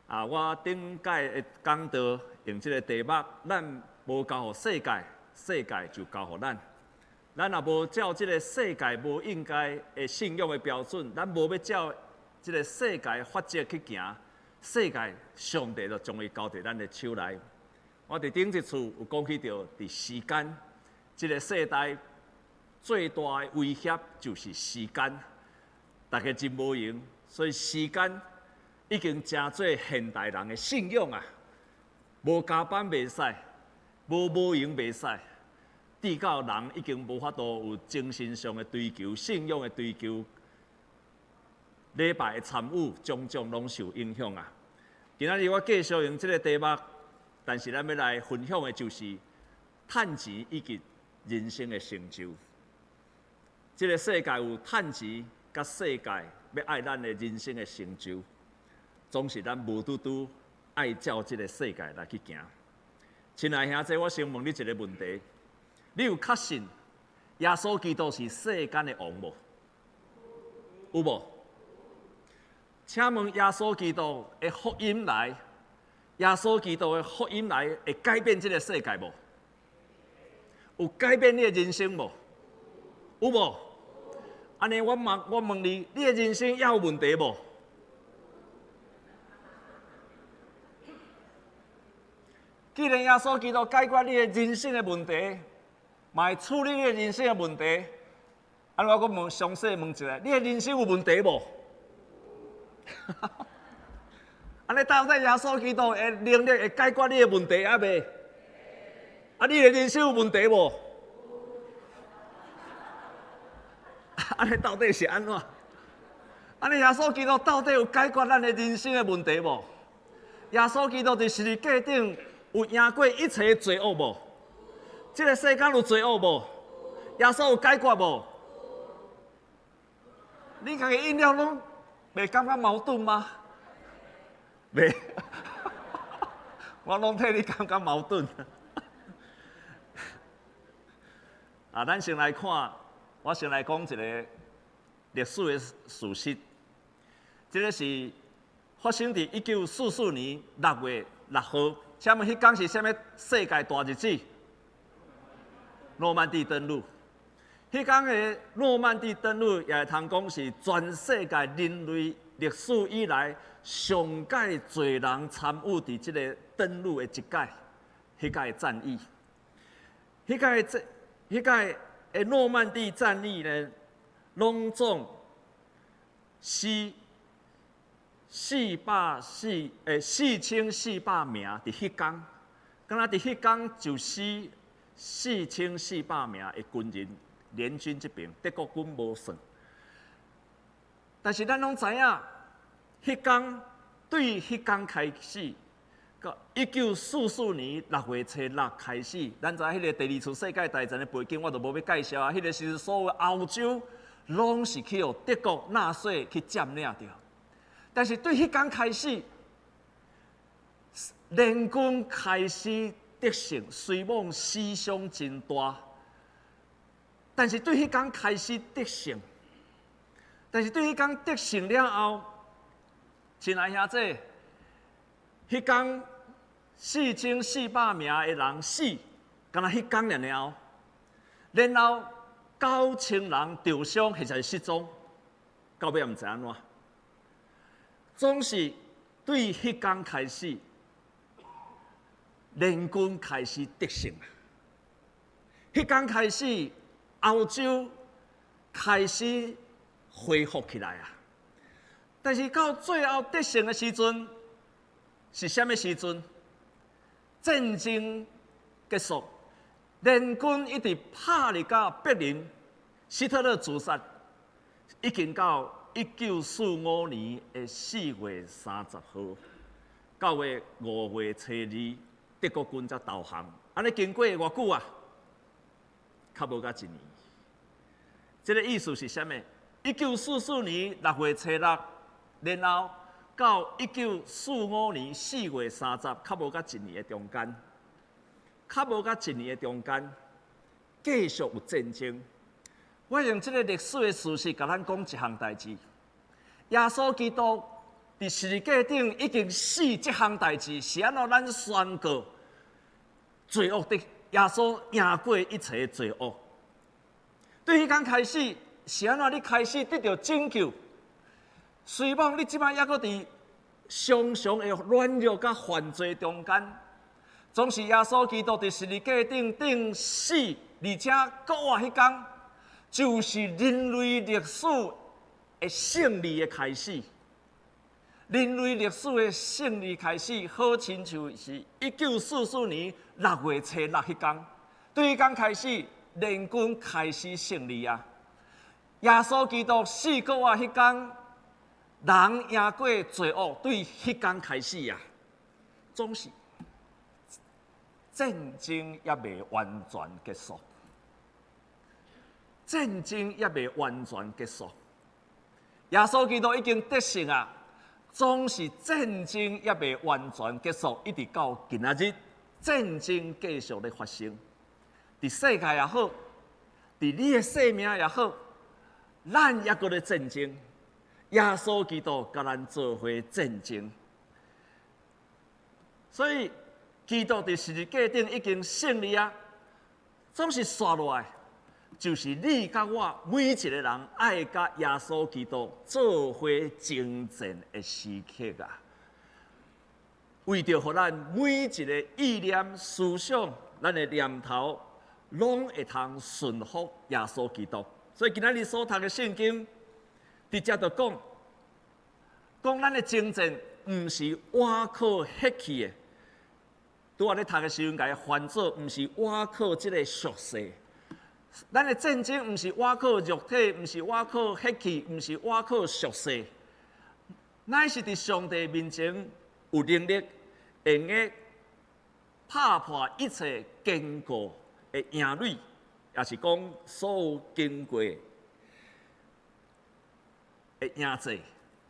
我顶届的讲道用这个题目，咱无交互世界，世界就交互咱。咱若无照这个世界无应该的信仰的标准，咱无要照这个世界法则去行，世界上帝就将伊交伫咱的手内。我伫顶一次有讲起到，伫时间这个世代最大的威胁就是时间，大家真无用，所以时间已经成做现代人的信仰啊！无加班袂使，无用袂使，至到人已经无法度有精神上的追求、信仰的追求，礼拜的参与，种种拢受影响啊！今仔日我继续用这个题目，但是咱要来分享的就是趁钱以及人生的成就。这个世界有趁钱，甲世界要爱咱的人生的成就。总是咱无拄拄爱照这个世界来去行。亲爱兄弟，我先问你一个问题：你有确信耶稣基督是世间的王无？有无？请问耶稣基督的福音来，耶稣基督的福音来会改变这个世界无？有改变你的人生无？有无？安尼我问你，你的人生也有问题无？既然耶稣基督解决你的人生的问题，嘛会处理你的人生的问题，安我问详细问一下，你的人生有问题无？安尼到底耶稣基督的能力会解决你的问题啊未？啊，你的人生有问题无？安尼到底是安怎？安尼耶稣基督到底有解决咱的人生的问题无？耶稣基督伫十字架顶有赢过一切罪恶无？这个世间有罪恶无？耶稣有解决无？你家己应了拢袂感觉矛盾吗？袂，我拢替你感觉矛盾。咱先来看，我先来讲一个历史的事实。这个是发生伫1944年6月6号。请问迄天是啥物世界大日子？诺曼底登陆。迄天的诺曼底登陆也通讲是全世界人类历史以来上届侪人参与伫即个登陆的一届，迄届战役。迄届的诺曼底战役呢，拢总4400名伫迄天，敢若伫迄天就死4400名的军人，联军这边德国军无算。但是咱拢知影，迄天对迄天开始，到1944年6月初6开始，咱知迄个第二次世界大战的背景，我就无要介绍啊。迄个时所有欧洲拢是去互德国纳粹去占领掉。但是对迄天开始，联军开始得胜，虽然死伤真大，但是对迄天开始得胜。但是对迄天得胜了后，亲爱兄弟，迄天4400名的人死，敢若迄天然后9000人受伤或者是失踪，到尾也毋知安怎。总是对迄天开始，联军开始得胜。迄天开始，欧洲开始恢复起来啊！但是到最后得胜的时阵，是啥物时阵？战争结束，联军一直拍入到柏林，希特勒自杀，已经到1945年的4月30号，9月5月初2，德国军才投降。安尼经过偌久啊？较无甲1年。这个意思是啥物？1944年6月初6，然后到1945年4月30，较无甲1年的中间，继续有战争。我用这个历史的事实，甲咱讲一项代志：耶稣基督伫十字架顶已经死这项代志，是安怎咱宣告罪恶的耶稣赢过一切的罪恶。对迄天开始，是安怎你开始得到拯救？虽望你即摆还阁伫常常的软弱甲犯罪中间，总是耶稣基督伫十字架顶死，而且搁活迄天，就是人类历史的胜利的开始。人类历史的胜利开始，好亲像是1944年6月初6迄天，对迄天开始，联军开始胜利啊！耶稣基督死过啊！迄天，人赢过罪恶，对迄天开始啊，总是战争也未完全结束，战争也未完全结束。耶稣基督已经得胜啊！总是战争也未完全结束，一直到今仔日，战争继续咧发生。伫世界也好，伫你的生命也好，咱也搁咧战争。耶稣基督甲咱做伙战争，所以基督伫十字架顶已经胜利啊！总是刷落来，就是你甲我每一个人爱甲耶稣基督做伙征战的时刻啊！为着互咱每一个意念、思想、咱的念头，拢会通顺服耶稣基督。所以今仔日所读的圣经，直接就讲咱的征战毋是倚靠血气的。拄仔咧读的时阵，甲伊翻做毋是倚靠即个俗世。咱的战争毋是倚靠肉体，毋是倚靠血气，毋是倚靠俗世，乃是伫上帝面前有能力，会用拍破一切坚固的营垒，也是讲所有经过的赢者。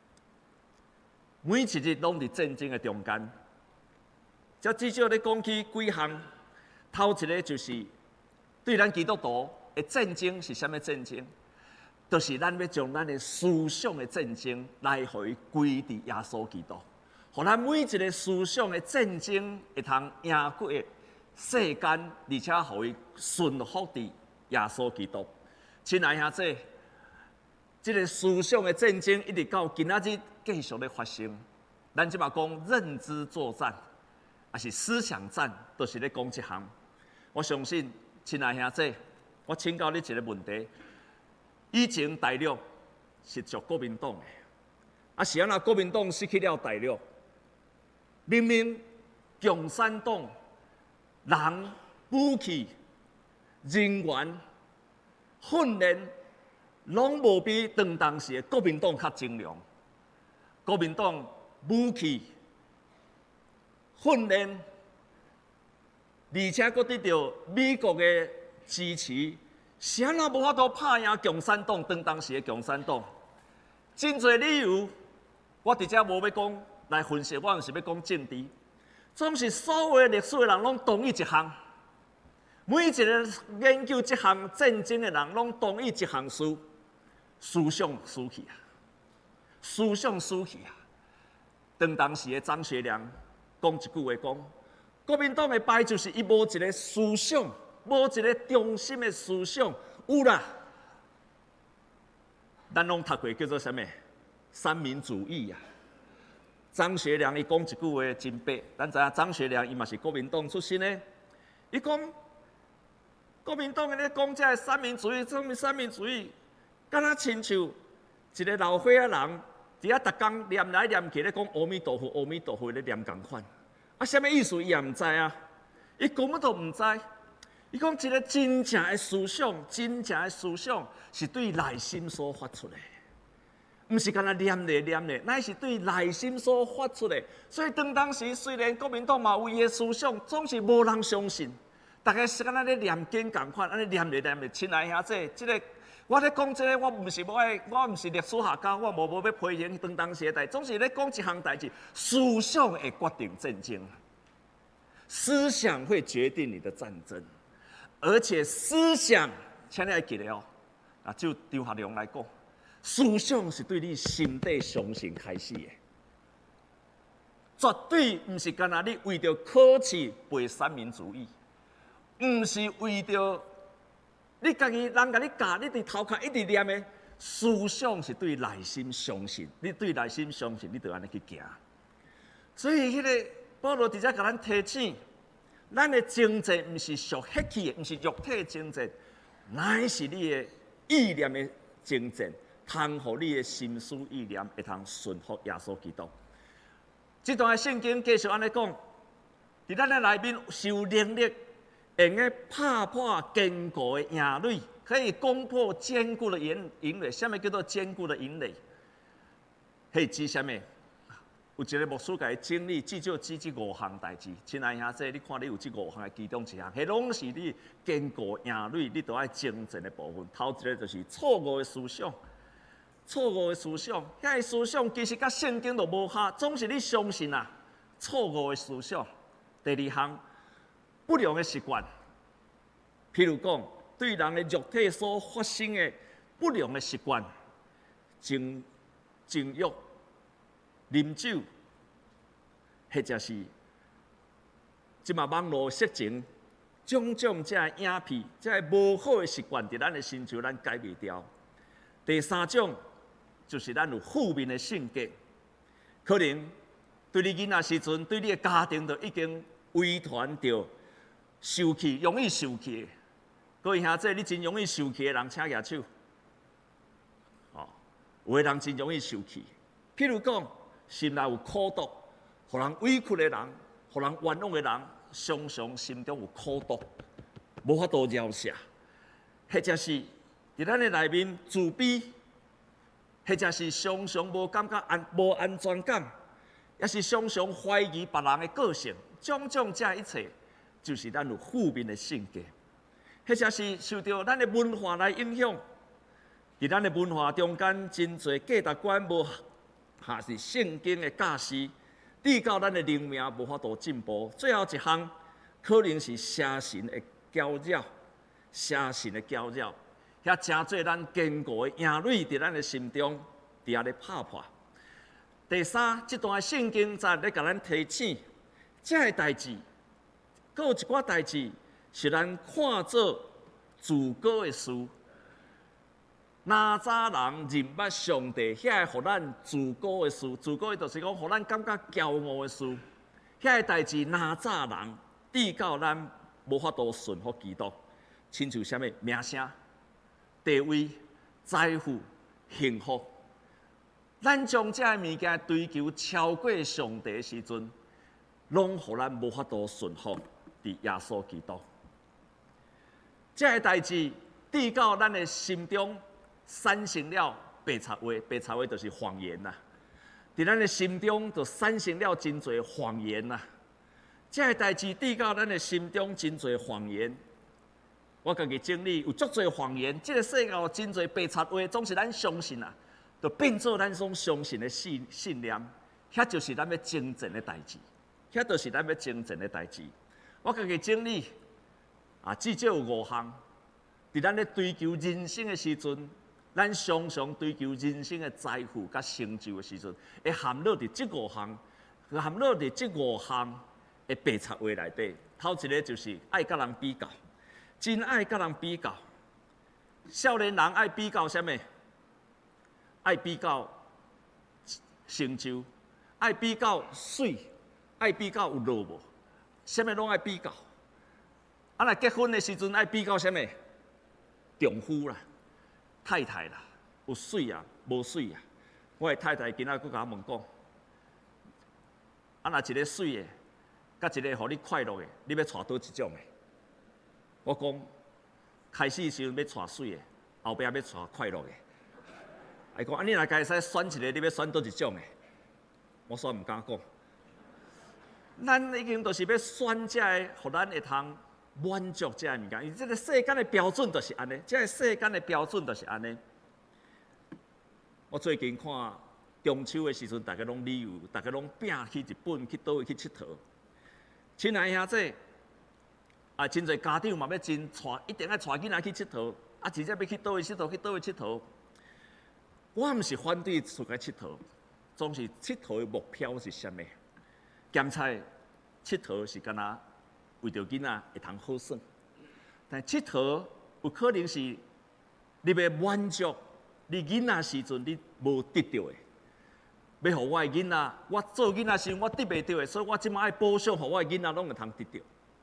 每一日拢伫战争的中间，则至少咧讲起几项。头一个就是对咱基督徒的战争是啥物战争？就是咱要将咱的思想的战争来互伊归伫耶稣基督，互咱每一个思想的战争会通赢过世间，而且互伊顺服伫耶稣基督。亲爱兄弟，这个思想的战争一直到今仔日继续咧发生。咱即嘛讲认知作战，还是思想战，都是咧讲这项。我相信，亲爱兄弟，我请教你一个问题：以前大陆是属国民党的，啊是安那国民党失去了大陆，明明共产党人、武器、人员、训练，拢无比当时的国民党较精良。国民党武器、训练，而且佫得到美国的支持，是安怎无法度拍赢共产党？当时的共产党，真侪理由，我直接无要讲来分析，我毋是要讲政治，总是所有的历史的人拢同意一项，每一个研究这项战争的人拢同意一项事：思想死去啊，思想死去啊。当时的张学良讲一句话讲。国民党的败就是伊无一个思想，无一个中心的思想，有啦。咱拢读过叫做啥物？三民主义啊。张学良伊讲一句话真白，咱知影张学良伊嘛是国民党出身的。伊讲国民党咧讲这三民主义，什么三民主义？敢若亲像一个老岁仔人，伫遐逐工念来念去咧讲阿弥陀佛，阿弥陀佛咧念共款。啊，什么意思？伊也毋知啊，伊根本都毋知。伊讲一个真正的思想，真正的思想是对内心所发出的，毋是干那念咧，乃是对内心所发出的。所以当时虽然国民党嘛有伊的思想，总是无人相信。大家是干那咧念经共款，安尼念咧。亲爱兄弟，这个我咧讲这个，我毋是历史学家，我无要批评当时的代，总是咧讲一项代志，思想会决定战争，思想会决定你的战争，而且思想，请你来记了哦。就张学良来讲，思想是对你心底相信开始的。 绝对毋是干那你为着考试背三民主义，毋是为着你家己人甲你教，你伫头壳一直念的思想是对内心相信，你对内心相信，你就安尼去行。所以迄个保罗直接甲咱提醒，咱的征战毋是属血气的，毋是肉体的征战，乃是你的意念的征战，通互你的心思意念会通顺服耶稣基督。这段圣经继续安尼讲，伫咱的内面受能力，用个拍破坚固的营垒，可以攻破坚固的营垒。什么叫做坚固的营垒？迄指什么？有一个牧师甲伊整理，至少指这5项代志。亲爱兄弟，你看你有这5项的其中一项，迄拢是你坚固营垒，你都爱精进的部分。头一个就是错误的思想。错误的思想，遐个思想其实甲圣经都无合，总是你相信啊。错误的思想。第2项，不良的习惯，譬如讲，对人的肉体所发生的不良的习惯，情欲、啉酒，或者是即嘛网络色情，种种这影片，这无好的习惯，伫咱的心中咱改袂掉。第3种。就是咱有负面的性格，可能对你囡仔时阵，对你的家庭就已经遗传着受气，容易受气。各位兄弟，你真容易受气的人，请举手。哦，有的人真容易受气。譬如讲，心内有苦毒，互人委屈的人，互人冤枉的人，常常心中有苦毒，无法度饶下，或者是伫咱的内面自卑。或者是常常无感觉无安全感，也是常常怀疑别人的个性，种种这一切，就是咱有负面的性格。或者是受到咱的文化来影响，伫咱的文化中间，真侪价值观无下是圣经的教示，致到咱的灵命无法度进步。最后一项，可能是邪神的搅扰，邪神的搅扰。遐真做咱坚固的营垒伫咱的心中，伫遐咧拍破。第3，这段圣经在咧甲咱提醒，这个代志，阁有一寡代志是咱看做自高的事。哪早人认捌上帝，遐个互咱自高的事，自高就是讲互咱感觉骄傲的事。遐个代志哪早人致到咱无法度顺服基督，亲像什么名声。地位、财富、幸福，咱将这物件追求超过上帝的时阵，拢互咱无法度顺服伫耶稣基督。这个代志致到咱的心中产生了白贼话，白贼话就是谎言呐。伫咱的心中就产生了真侪谎言呐。这个代志致到咱的心中真侪谎言。我家己经历有足侪谎言，这个世界有真侪白贼话，总是咱相信啊，就变做咱所相信的信念，遐就是咱要精进的代志，遐就是咱要精进的代志。我家己经历啊，至少有5项，伫咱咧追求人生的时阵，咱常常追求人生的财富甲成就的时阵，会含落伫这5项，含落伫这5项的白贼话内底。头一个就是爱甲人比较。真爱甲人比较，少年人爱比较什么？爱比较成就，爱比较水，爱比较有路无？什么拢爱比较。啊，若结婚的时阵爱比较什么？丈夫啦，太太啦，有水啊，无水啊。我的太太今仔佫甲我问讲，啊，若一个水的，甲一个互你快乐的，你要娶倒一种的？我讲，开始的时阵要娶水的，后壁要娶快乐的。伊讲，你若家使选一个，你要选倒一种的？我煞毋敢讲。咱已经就是要选这个，互咱会通满足这个物件。因为这个世间的标准就是安尼，这个世间的标准就是安尼。我最近看中秋的时阵，大家拢旅游，大家拢拼去日本，去倒位去佚佗。亲爱兄弟。啊，真侪家长嘛要真一定要带囡仔去佚佗，啊，直接要去倒位佚佗，去倒位佚佗。我毋是反对出来佚佗，总是佚佗的目标是啥物？ 咸菜佚佗是干那为着囡仔会通好耍，但佚佗有可能是你要满足你囡仔时阵你无得到的。要互我的囡仔，我做囡仔时我得袂到的，所以我即摆爱补偿，互我的囡仔拢会通得到。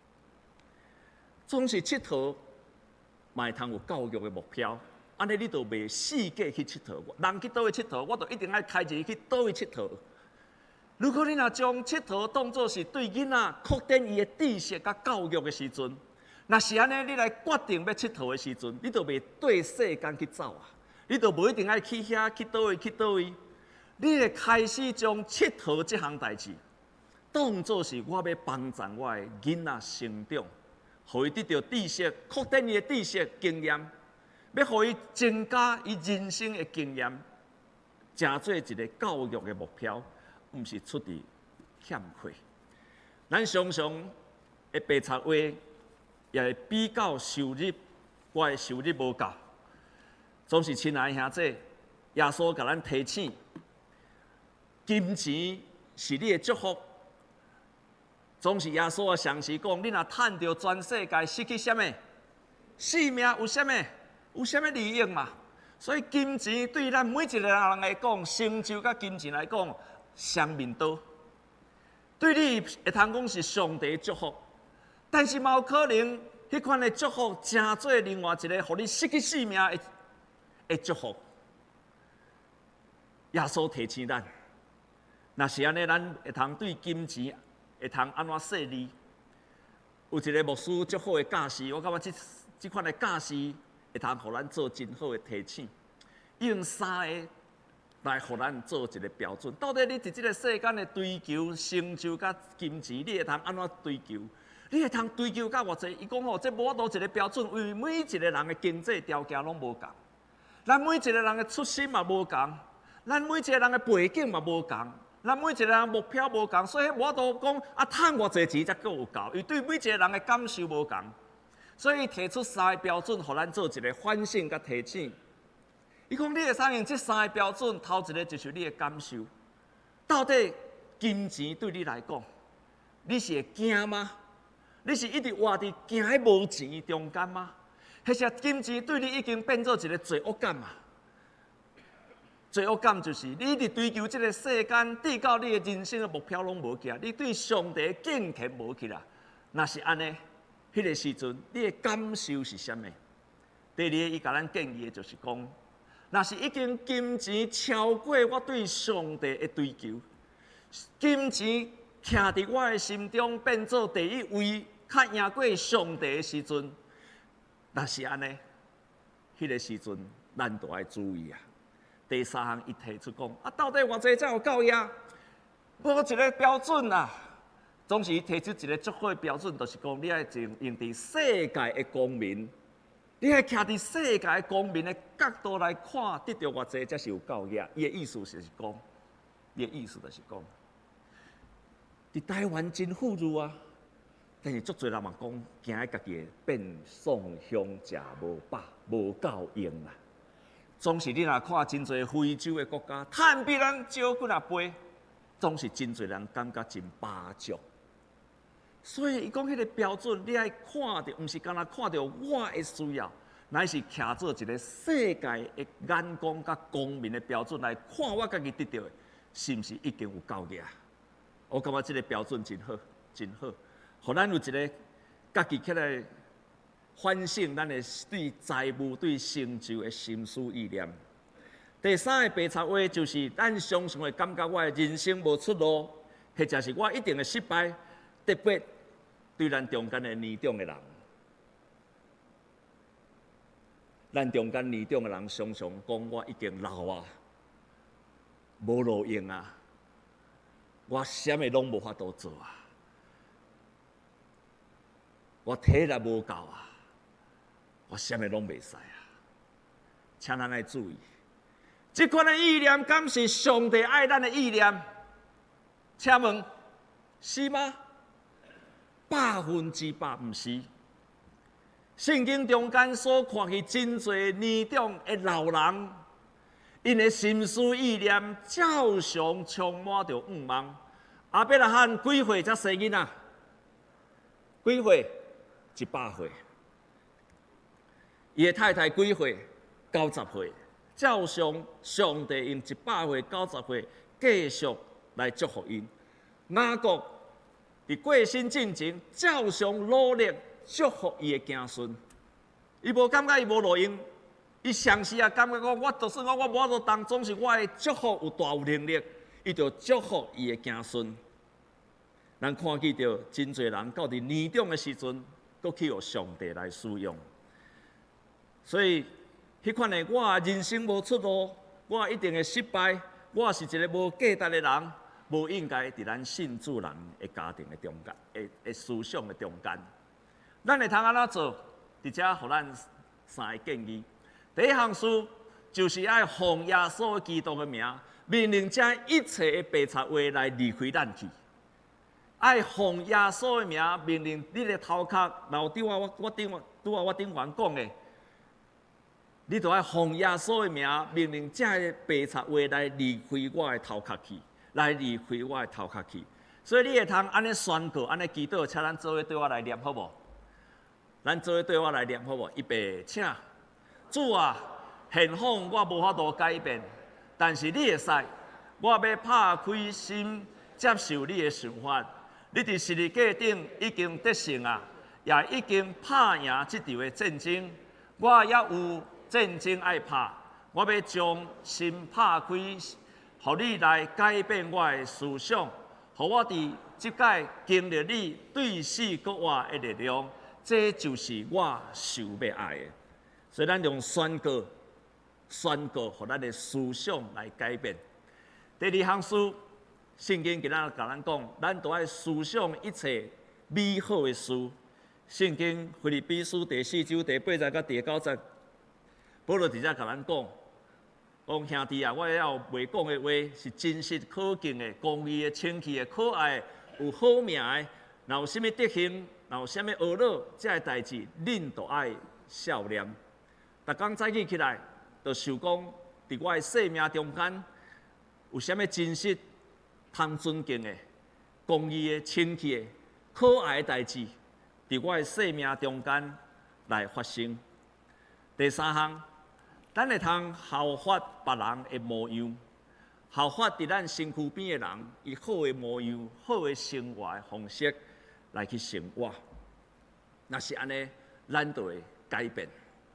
总是佚佗，嘛会通有教育的目标。安尼你就袂四界去佚佗，人去倒位佚佗，我就一定爱开一日去倒位佚佗。如果你若将佚佗当作是对囡仔扩展伊的知识甲教育的时阵，若是安尼，你来决定要佚佗的时阵，你就袂对世间去走啊，你就无一定爱去遐去倒位去倒位。你会开始将佚佗这项代志，当作是我要帮助我的囡仔成长，互伊得到知识，扩展伊的知识经验，要互伊增加伊人生的经验，成做一个教育的目标，毋是出于欠缺。咱常常的白贼话，也会比较收入，我的收入无够，总是亲爱的兄弟，耶稣甲咱提醒。金钱是你的祝福，总是耶稣的常时讲：你若趁着全世界，失去什么？性命有什么？有什么利益嘛？所以金钱对咱每一个人来讲，成就甲金钱来讲，双面刀。对你会通讲是上帝的祝福，但是嘛有可能迄款的祝福，成做另外一个，互你失去性命的祝福。耶稣提醒咱。若是安尼，咱会通对金钱会通安怎设立？有一个牧师足好的教示，我感觉这款的教示会通互咱做真好的提醒。用三个来互咱做一个标准。到底你伫这个世间的追求成就甲金钱，你会通安怎追求？你会通追求到偌济？伊讲吼，这无法度一个标准，因为每一个人的经济条件拢无共，咱每一个人的出身嘛无共，咱每一个人的背景嘛无共。咱每一个人目标无同，所以我都讲啊，趁偌济钱才够有够，因为对每一个人的感受无同，所以提出三个标准，互咱做一个反省甲提醒。伊讲你会使用这三个标准，头一个就是你的感受。到底金钱对你来讲，你是会惊吗？你是一直活伫惊迄无钱中间吗？还是金钱对你已经变做一个罪恶感嘛？罪恶感就是你一直追求这个世间，直到你的人生的目标拢无起来，你对上帝的敬虔无起来。若是安尼，迄个时阵你的感受是啥物？第二个，伊甲咱建议的就是讲，若是已经金钱超过我对上帝的追求，金钱徛伫我的心中变做第一位，较赢过上帝的时阵，若是安尼，迄个时阵咱都要注意啊。第三项，伊提出讲啊，到底偌济才有够呀？无一个标准啊。总是提出一个足好的标准，就是讲你爱用伫世界的公民，你爱徛伫世界的公民的角度来看，得到偌济才是有够呀。伊的意思就是讲，伫台湾真富裕啊，但是足侪人嘛讲，惊家己变送乡食无饱，无够用啦。总是你若看真侪非洲的国家，趁比咱少几啊倍，总是真侪人感觉真饱足。所以伊讲迄个标准，你爱看到，毋是干那看到我的需要，乃是徛做一个世界的眼光甲公民的标准来看我家己得到的，是毋是已经有够个？我感觉这个标准真好，真好，互咱有一个家己起来。反省咱的对财务、对成就的心思意念。第三个白贼话就是，咱常常会感觉我的人生无出路，或者是我一定会失败，特别对咱中间的年长的人，咱中间年长的人常常讲我已经老啊，无路用啊，我啥物拢无法度做啊，我体力无够啊。我啥物拢袂使啊！请咱来注意，这款的意念，敢是上帝爱咱的意念？请问是吗？100%毋是。圣经中间所看去真侪年长的老人，因的心思意念照常充满着愿望， 阿伯拉罕几岁才生囡仔？几岁？100岁。伊的太太几岁？90岁。照常，上帝用100岁、90岁继续来祝福因。雅各伫过身进前，照常努力祝福伊的子孙。伊无感觉伊无路用，伊上时也感觉讲，我就算我无法度当，总是我的祝福有大有能力，伊就祝福伊的子孙。咱看见着真侪人到伫年长的时阵，搁去互上帝来使用。所以，迄款的我人生无出路，我一定会失败，我是一个无价值的人，无应该伫咱信主人的家庭的中间，的思想的中间。咱会通安怎做？伫遮互咱3个建议。第一项事就是爱奉耶稣基督的名，命令这一切的白贼话来离开咱去。爱奉耶稣的名，命令你的头壳，然后我顶完讲的。你就爱奉耶稣的名，命令这个白贼话来离开我的头壳去，来离开我的头壳去。所以你会通安尼宣告，安尼祈祷，请咱做伙对我来念好无？咱做伙对我来念好无？预备，请。主啊，现况我无法度改变，但是你会使，我要拍开心，接受你的想法。你伫十字架顶已经得胜啊，也已经拍赢这场的战争，我也有。战争爱拍，我要将心拍开，互你来改变我的思想，互我伫即届经历你对死国活的力量，这就是我想要爱的。所以咱用宣告，互咱的思想来改变。第二项事，圣经给咱讲，咱都爱思想一切美好的事。圣经腓立比书第4章第8节到第9节。保罗伫遮甲咱讲，兄弟啊，我要袂讲的话是真实可敬的、公义的、清气的、可爱的、有好名的。若有甚物德行，若有甚物恶乐，这些代志，恁都爱笑脸。逐工早起起来，就想讲，伫我的生命中间，有甚物真实、通尊敬的、公义的、清气的、可爱的代志，伫我的生命中间来发生。第三项。咱会通效法别人的模样，效法伫咱身躯边的人，以好的模样、好的生活的方式来去生活。若是安尼，咱就会改变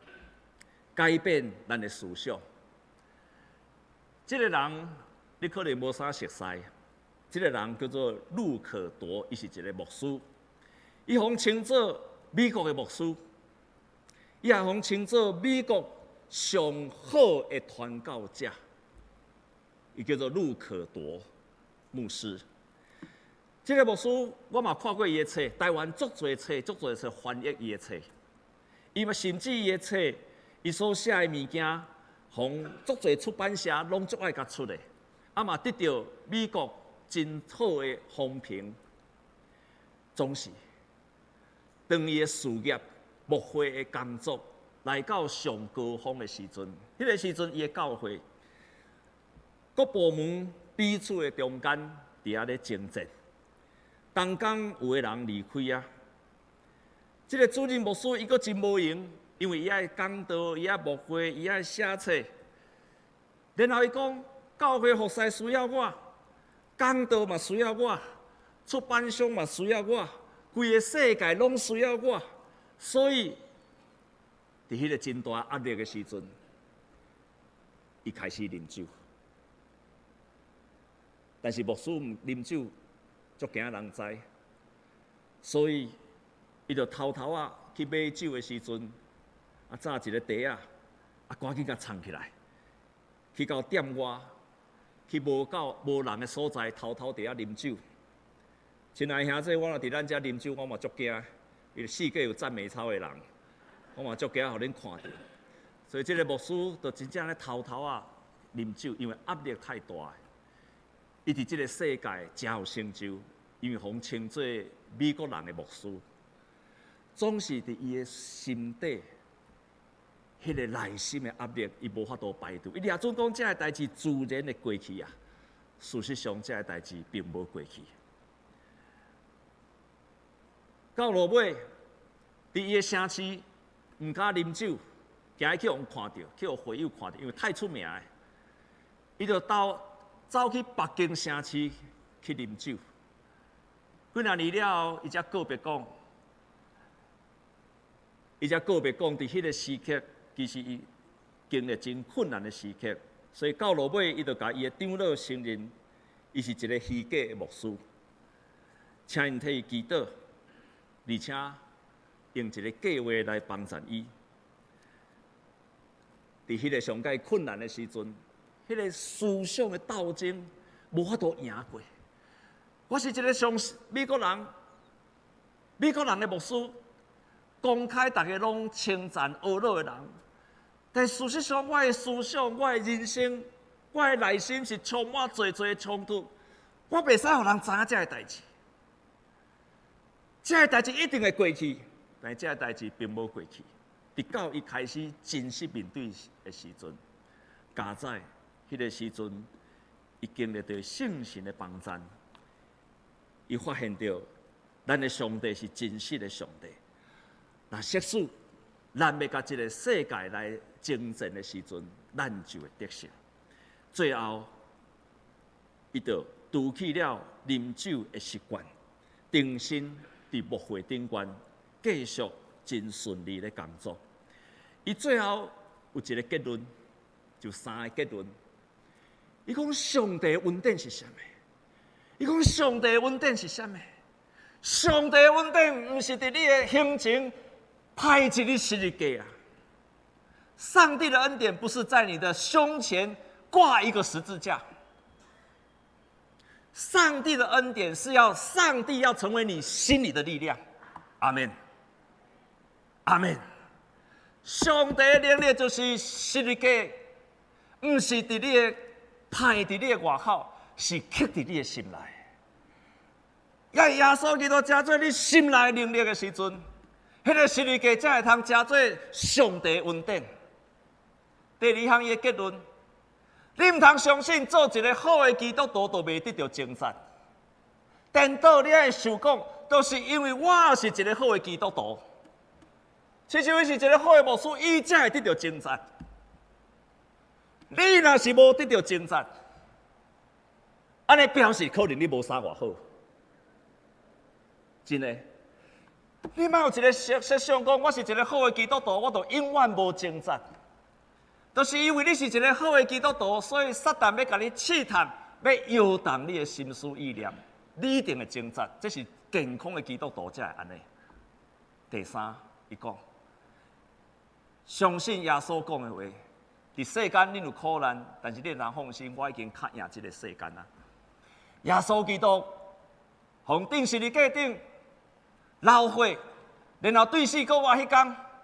咱的思想。这个人你可能无啥熟悉，这个人叫做路可多，伊是一个牧师，伊互称作美国的牧师，伊也互称作美国。上好的传教者，伊叫做路可多牧师。这个牧师我嘛看过伊的册，台湾足侪册翻译伊的册。伊嘛甚至伊的册，伊所写的物件，从足侪出版社拢足爱甲出的，嘛得到美国真好的风评。总是，当伊的事业、牧会的工作。来到上高峰的时阵，迄个时阵伊的教会各部门彼此的中间伫遐咧争战，当天有个人离开啊。这个主任牧师伊阁真无闲，因为伊爱讲道，伊爱牧会，伊爱写册。然后伊讲，教会服侍需要我，讲道嘛需要我，出版商嘛需要我，规个世界拢需要我，所以。伫迄个真大压力的时阵，伊开始啉酒。但是牧师毋啉酒，足惊人知，所以伊就偷偷啊去买酒的时阵，炸一个茶啊，赶紧甲藏起来，去到店外，去无人的所在，偷偷伫遐啉酒。亲爱兄弟，我若伫咱遮啉酒，我嘛足惊，因为世界有赞美操的人。我嘛足惊，互恁看到，所以这个牧师就真正咧偷偷啊啉酒，因为压力太大。伊伫这个世界真有成就，因为互称作美国人的牧师，总是伫伊的心底，迄个内心的压力，伊无法度排除。伊掠准讲，这个代志自然的过去啊。事实上，这个代志并无过去。 到落尾，伫伊的城市毋敢啉酒，惊去互看到，去互会友看到，因为太出名诶。伊就走去北京城市去啉酒。几若年了后，伊才告别讲，伫迄个时刻，其实伊经历真困难的时刻，所以到落尾，伊就甲伊的长老承认，伊是一个虚假的牧师，请因替伊祈祷，而且用一个假话来帮助伊。伫迄个上界困难的时阵，迄个思想的斗争无法度赢过。我是一个上美国人的牧师，公开大家拢称赞阿乐的人，但事实上，我的思想、我的人生、我的内心是充满最的冲突。我袂使互人知影这个代志，这个代志一定会过去，但是这个代志并无过去。直到伊开始真实面对的时阵，加在迄个时阵，伊经历到圣神的帮助。伊发现到，咱的上帝是真实的上帝。那即使咱要甲这个世界来征战的时阵，咱就会得胜。最后，伊就除去了啉酒的习惯，定心伫牧会顶端继续真顺利的工作。伊最后有一个结论，就3个结论。伊讲上帝的恩典是啥物？伊讲上帝的恩典是啥物？上帝的恩典毋是伫你的行程派一日十日假啊！上帝的恩典不是在你的胸前挂一个十字架。上帝的恩典是上帝要成为你心里的力量。阿门，阿门。上帝的能力就是十日假，毋是伫你的派伫你的外口，是刻伫你的心内。要耶稣基督加做你心内能力的时阵，迄个十日假才会通加做上帝恩典。第二项伊的结论，你毋通相信做一个好的基督徒就袂得到称赞。颠倒你爱想讲，都是因为我是一个好的基督徒，其实伊是一个好的牧师，伊才会得到称赞。你若是无得到称赞，安尼表示可能你无啥偌好。真的，你莫有一个设想讲，我是一个好的基督徒，我就永远无称赞。就是因为你是一个好的基督徒，所以撒旦要甲你试探，要摇动你的心思意念，你一定会称赞。这是健康的基督徒才会安尼。第三，伊讲，相信耶稣讲的话，伫世间你有苦难，但是你若放心，我已经较赢这个世间啦。耶稣基督，从定十字架顶流血，然后对死过活迄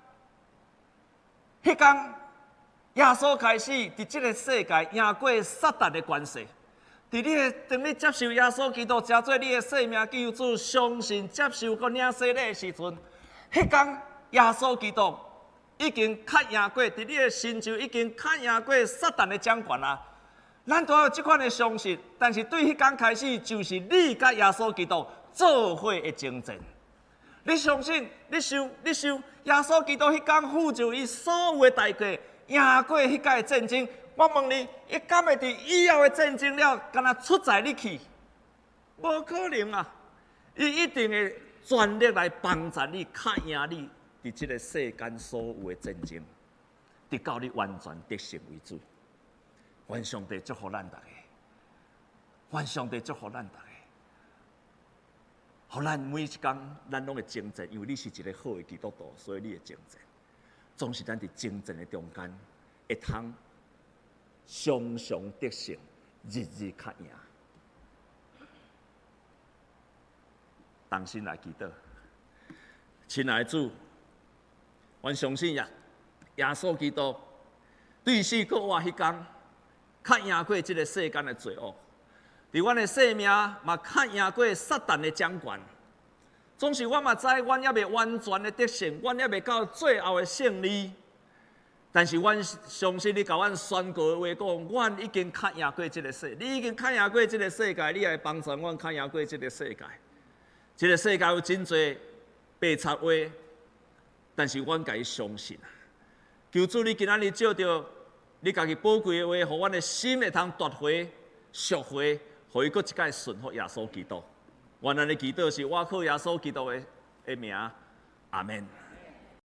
天，耶稣开始伫这个世界赢过撒旦的关系。当你接受耶稣基督成做你的生命救主，相信接受个领洗礼的时阵，迄天耶稣基督已经较赢过，伫你的心就已经较赢过撒旦的掌权啊！咱都有这款的相信，但是对迄天开始，就是你甲耶稣基督做伙的征战。你相信，你想耶稣基督迄天付就伊所有的代价，赢过迄届战争。我问你，伊敢会伫以后的战争了，敢若出在你去？无可能啊！伊一定会全力来帮助你，较赢你伫这个世间所有的战争，直到你完全得胜为止。愿上帝祝福咱大家，愿上帝祝福咱大家。互咱每一天，咱拢会征战，因为你是一个好的基督徒，所以你会征战。总是咱伫征战的中间，会通常常得胜，日日较赢。同心来祈祷，亲爱的主，阮相信耶稣基督对死过活迄天，较赢过这个世间的罪恶。伫阮的生命嘛，较赢过撒旦的掌权。总是我嘛知，阮还未完全的得胜，阮还未到最后的胜利。但是阮相信你甲阮宣告的话讲，阮已经较赢过这个世，你已经较赢过这个世界，你来帮助阮较赢过这个世界。这个世界有真侪白贼话，但是阮家己相信。求主你今仔日照着你家己宝贵的话，互阮的心会通夺回、赎回，互伊搁一摆顺服耶稣基督。愿咱的祈祷是我靠耶稣基督的名，阿门。